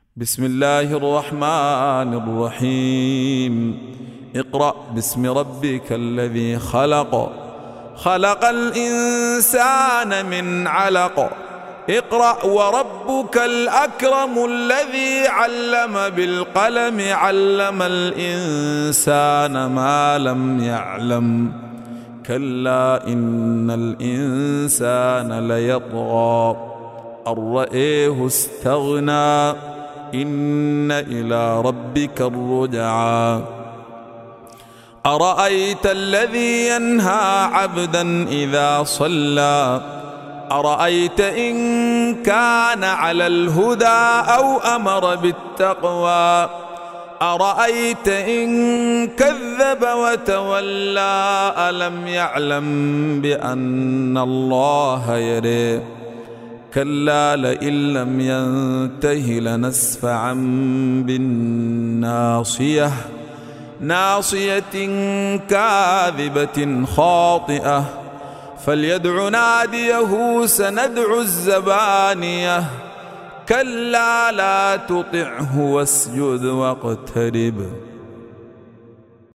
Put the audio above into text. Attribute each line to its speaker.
Speaker 1: بسم الله الرحمن الرحيم. اقرأ باسم ربك الذي خلق، خلق الإنسان من علق. اقرأ وربك الأكرم الذي علم بالقلم، علم الإنسان ما لم يعلم. كلا إن الإنسان ليطغى أن رآه استغنى، إن إلى ربك الرجعى. أرأيت الذي ينهى عبدا إذا صلى، أرأيت إن كان على الهدى أو أمر بالتقوى، أرأيت إن كذب وتولى، ألم يعلم بأن الله يرى. كلا لئن لم ينته لنسفعا بالناصية، ناصية كاذبة خاطئة، فليدع ناديه سندع الزبانية. كلا لا تطعه واسجد واقترب.